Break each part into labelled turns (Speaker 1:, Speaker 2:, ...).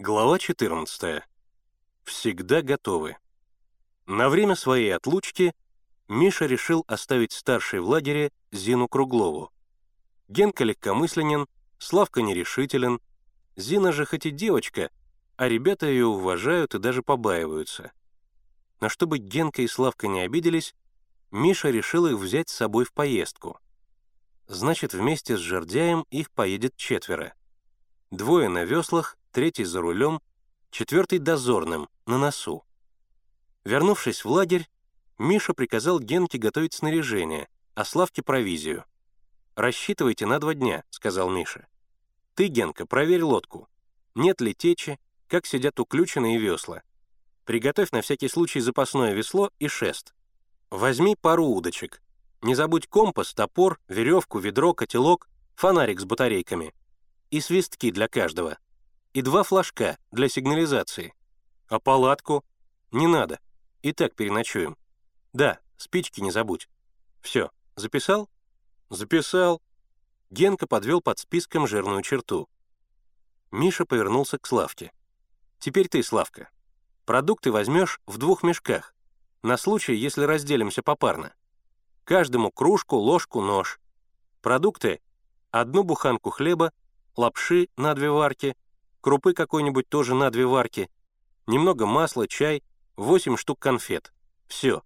Speaker 1: Глава 14. Всегда готовы. На время своей отлучки Миша решил оставить старшей в лагере Зину Круглову. Генка легкомысленен, Славка нерешителен. Зина же хоть и девочка, а ребята ее уважают и даже побаиваются. Но чтобы Генка и Славка не обиделись, Миша решил их взять с собой в поездку. Значит, вместе с жердяем их поедет 4. 2 на веслах, 3 за рулем, 4 дозорным, на носу. Вернувшись в лагерь, Миша приказал Генке готовить снаряжение, а Славке провизию. «Рассчитывайте на 2 дня», — сказал Миша. «Ты, Генка, проверь лодку. Нет ли течи, как сидят уключены и весла. Приготовь на всякий случай запасное весло и шест. Возьми пару удочек. Не забудь компас, топор, веревку, ведро, котелок, фонарик с батарейками. И свистки для каждого. И 2 флажка для сигнализации. А палатку? Не надо. И так переночуем. Да, спички не забудь. Все, записал? Записал. Генка подвел под списком жирную черту. Миша повернулся к Славке. Теперь ты, Славка. Продукты возьмешь в 2 мешках, на случай, если разделимся попарно. Каждому кружку, ложку, нож. Продукты — 1 буханку хлеба, лапши на 2 варки, крупы какой-нибудь тоже на 2 варки, немного масла, чай, 8 штук конфет. Все.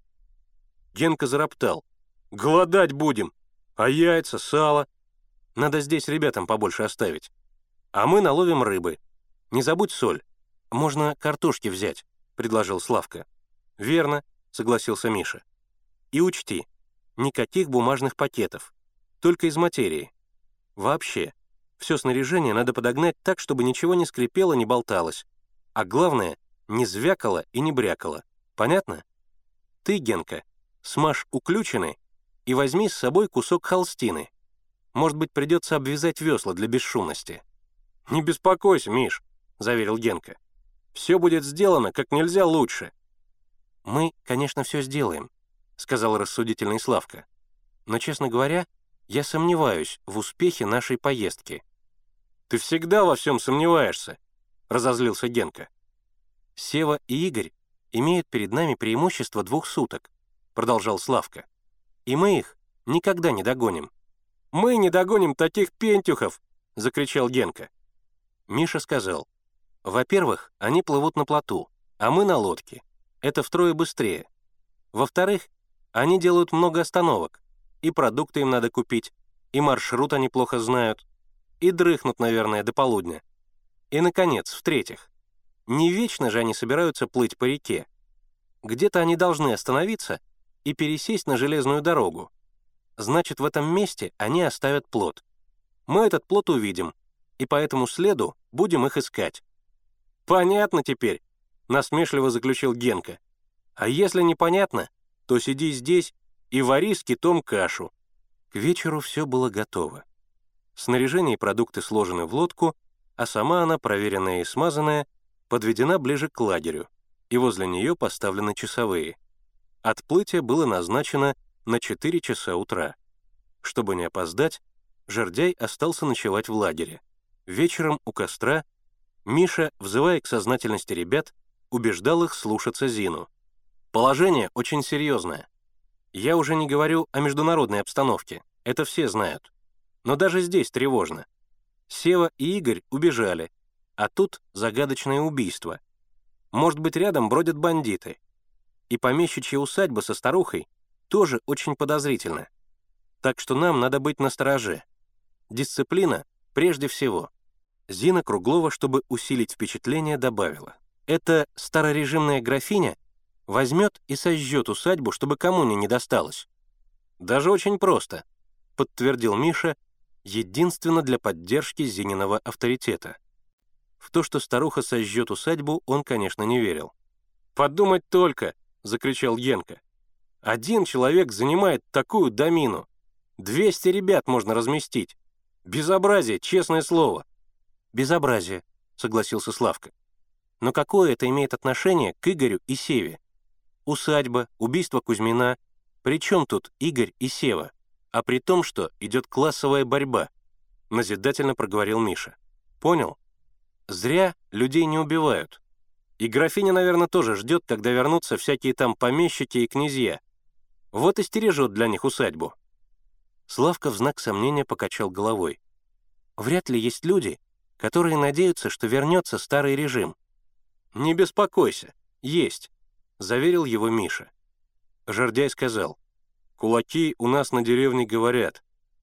Speaker 1: Генка зароптал. «Голодать будем! А яйца, сало? Надо здесь ребятам побольше оставить. А мы наловим рыбы. Не забудь соль. Можно картошки взять», — предложил Славка. «Верно», — согласился Миша. «И учти, никаких бумажных пакетов, только из материи. Вообще, все снаряжение надо подогнать так, чтобы ничего не скрипело, не болталось. А главное, не звякало и не брякало. Понятно? Ты, Генка, смажь уключены и возьми с собой кусок холстины. Может быть, придется обвязать весла для бесшумности». «Не беспокойся, Миш», — заверил Генка. «Все будет сделано как нельзя лучше». «Мы, конечно, все сделаем», — сказал рассудительный Славка. «Но, честно говоря, я сомневаюсь в успехе нашей поездки». «Ты всегда во всем сомневаешься», — разозлился Генка. «Сева и Игорь имеют перед нами преимущество 2 суток», — продолжал Славка. «И мы их никогда не догоним». «Мы не догоним таких пентюхов», — закричал Генка. Миша сказал: «Во-первых, они плывут на плоту, а мы на лодке. Это втрое быстрее. Во-вторых, они делают много остановок, и продукты им надо купить, и маршрут они плохо знают, и дрыхнут, наверное, до полудня. И, наконец, в-третьих, не вечно же они собираются плыть по реке. Где-то они должны остановиться и пересесть на железную дорогу. Значит, в этом месте они оставят плот. Мы этот плот увидим, и по этому следу будем их искать». «Понятно теперь», — насмешливо заключил Генка. «А если непонятно, то сиди здесь и вари с китом кашу». К вечеру все было готово. Снаряжение и продукты сложены в лодку, а сама она, проверенная и смазанная, подведена ближе к лагерю, и возле нее поставлены часовые. Отплытие было назначено на 4 часа утра. Чтобы не опоздать, жердяй остался ночевать в лагере. Вечером у костра Миша, взывая к сознательности ребят, убеждал их слушаться Зину. «Положение очень серьезное. Я уже не говорю о международной обстановке, это все знают. Но даже здесь тревожно. Сева и Игорь убежали, а тут загадочное убийство. Может быть, рядом бродят бандиты. И помещичья усадьба со старухой тоже очень подозрительна. Так что нам надо быть настороже. Дисциплина прежде всего». Зина Круглова, чтобы усилить впечатление, добавила: «Эта старорежимная графиня возьмет и сожжет усадьбу, чтобы коммуне не досталось». «Даже очень просто», — подтвердил Миша, единственно для поддержки Зининого авторитета. В то, что старуха сожжет усадьбу, он, конечно, не верил. «Подумать только», — закричал Генка. «1 человек занимает такую домину. 200 ребят можно разместить. Безобразие, честное слово». «Безобразие», — согласился Славка. «Но какое это имеет отношение к Игорю и Севе? Усадьба, убийство Кузьмина. При чем тут Игорь и Сева? А при том, что идет классовая борьба», — назидательно проговорил Миша. «Понял? Зря людей не убивают. И графиня, наверное, тоже ждет, когда вернутся всякие там помещики и князья. Вот и стережет для них усадьбу». Славка в знак сомнения покачал головой. «Вряд ли есть люди, которые надеются, что вернется старый режим». «Не беспокойся, есть», — заверил его Миша. Жердяй сказал: «Кулаки у нас на деревне говорят.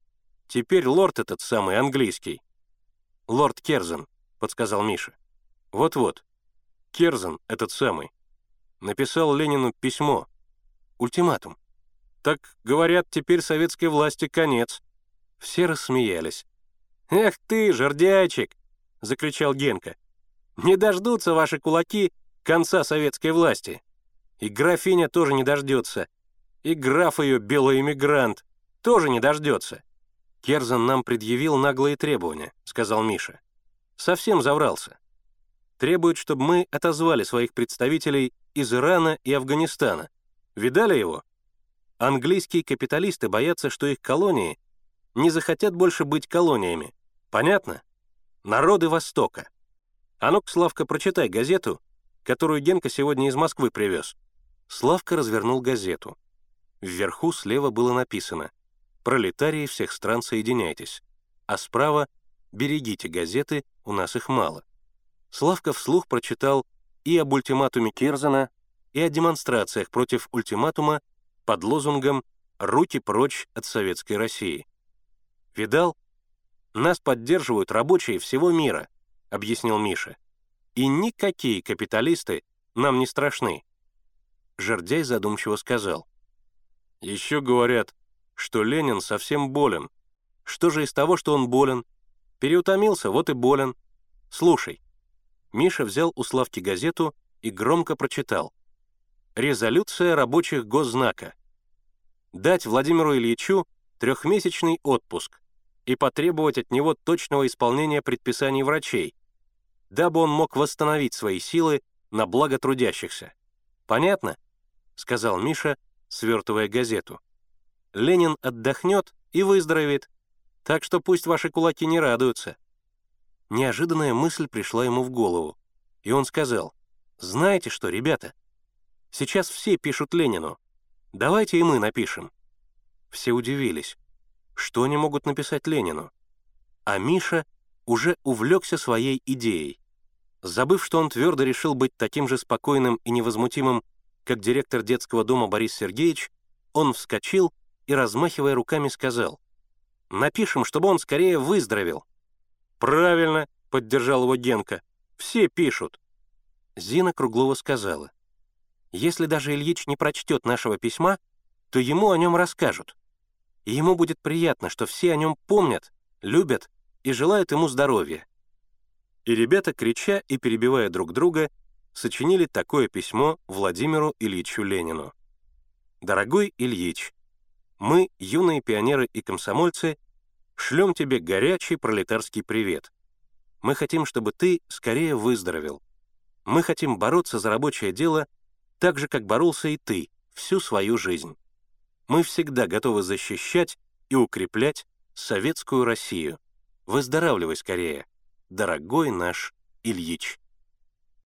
Speaker 1: Теперь лорд этот самый английский». «Лорд Керзен», — подсказал Миша. «Вот-вот, Керзен этот самый. Написал Ленину письмо. Ультиматум. Так, говорят, теперь советской власти конец». Все рассмеялись. «Эх ты, жердяйчик!» — закричал Генка. «Не дождутся ваши кулаки конца советской власти. И графиня тоже не дождется. И граф ее, белый эмигрант, тоже не дождется». «Керзен нам предъявил наглые требования», — сказал Миша. «Совсем заврался. Требует, чтобы мы отозвали своих представителей из Ирана и Афганистана. Видали его? Английские капиталисты боятся, что их колонии не захотят больше быть колониями. Понятно? Народы Востока. А ну-ка, Славка, прочитай газету, которую Генка сегодня из Москвы привез». Славка развернул газету. Вверху слева было написано: «Пролетарии всех стран, соединяйтесь», а справа: «Берегите газеты, у нас их мало». Славка вслух прочитал и об ультиматуме Керзена, и о демонстрациях против ультиматума под лозунгом «Руки прочь от советской России». «Видал? Нас поддерживают рабочие всего мира», — объяснил Миша. «И никакие капиталисты нам не страшны». Жердяй задумчиво сказал: «Еще говорят, что Ленин совсем болен. Что же из того, что он болен? Переутомился, вот и болен. Слушай». Миша взял у Славки газету и громко прочитал: «Резолюция рабочих Госзнака. Дать Владимиру Ильичу 3-месячный отпуск и потребовать от него точного исполнения предписаний врачей, дабы он мог восстановить свои силы на благо трудящихся. Понятно?» — сказал Миша, свертывая газету. «Ленин отдохнет и выздоровеет, так что пусть ваши кулаки не радуются». Неожиданная мысль пришла ему в голову, и он сказал: «Знаете что, ребята, сейчас все пишут Ленину. Давайте и мы напишем». Все удивились. Что они могут написать Ленину? А Миша уже увлекся своей идеей. Забыв, что он твердо решил быть таким же спокойным и невозмутимым, как директор детского дома Борис Сергеевич, он вскочил и, размахивая руками, сказал: «Напишем, чтобы он скорее выздоровел». «Правильно», — поддержал его Генка, — «все пишут». Зина Круглова сказала: «Если даже Ильич не прочтет нашего письма, то ему о нем расскажут. И ему будет приятно, что все о нем помнят, любят и желают ему здоровья». И ребята, крича и перебивая друг друга, сочинили такое письмо Владимиру Ильичу Ленину. «Дорогой Ильич, мы, юные пионеры и комсомольцы, шлем тебе горячий пролетарский привет. Мы хотим, чтобы ты скорее выздоровел. Мы хотим бороться за рабочее дело так же, как боролся и ты всю свою жизнь. Мы всегда готовы защищать и укреплять советскую Россию. Выздоравливай скорее, дорогой наш Ильич».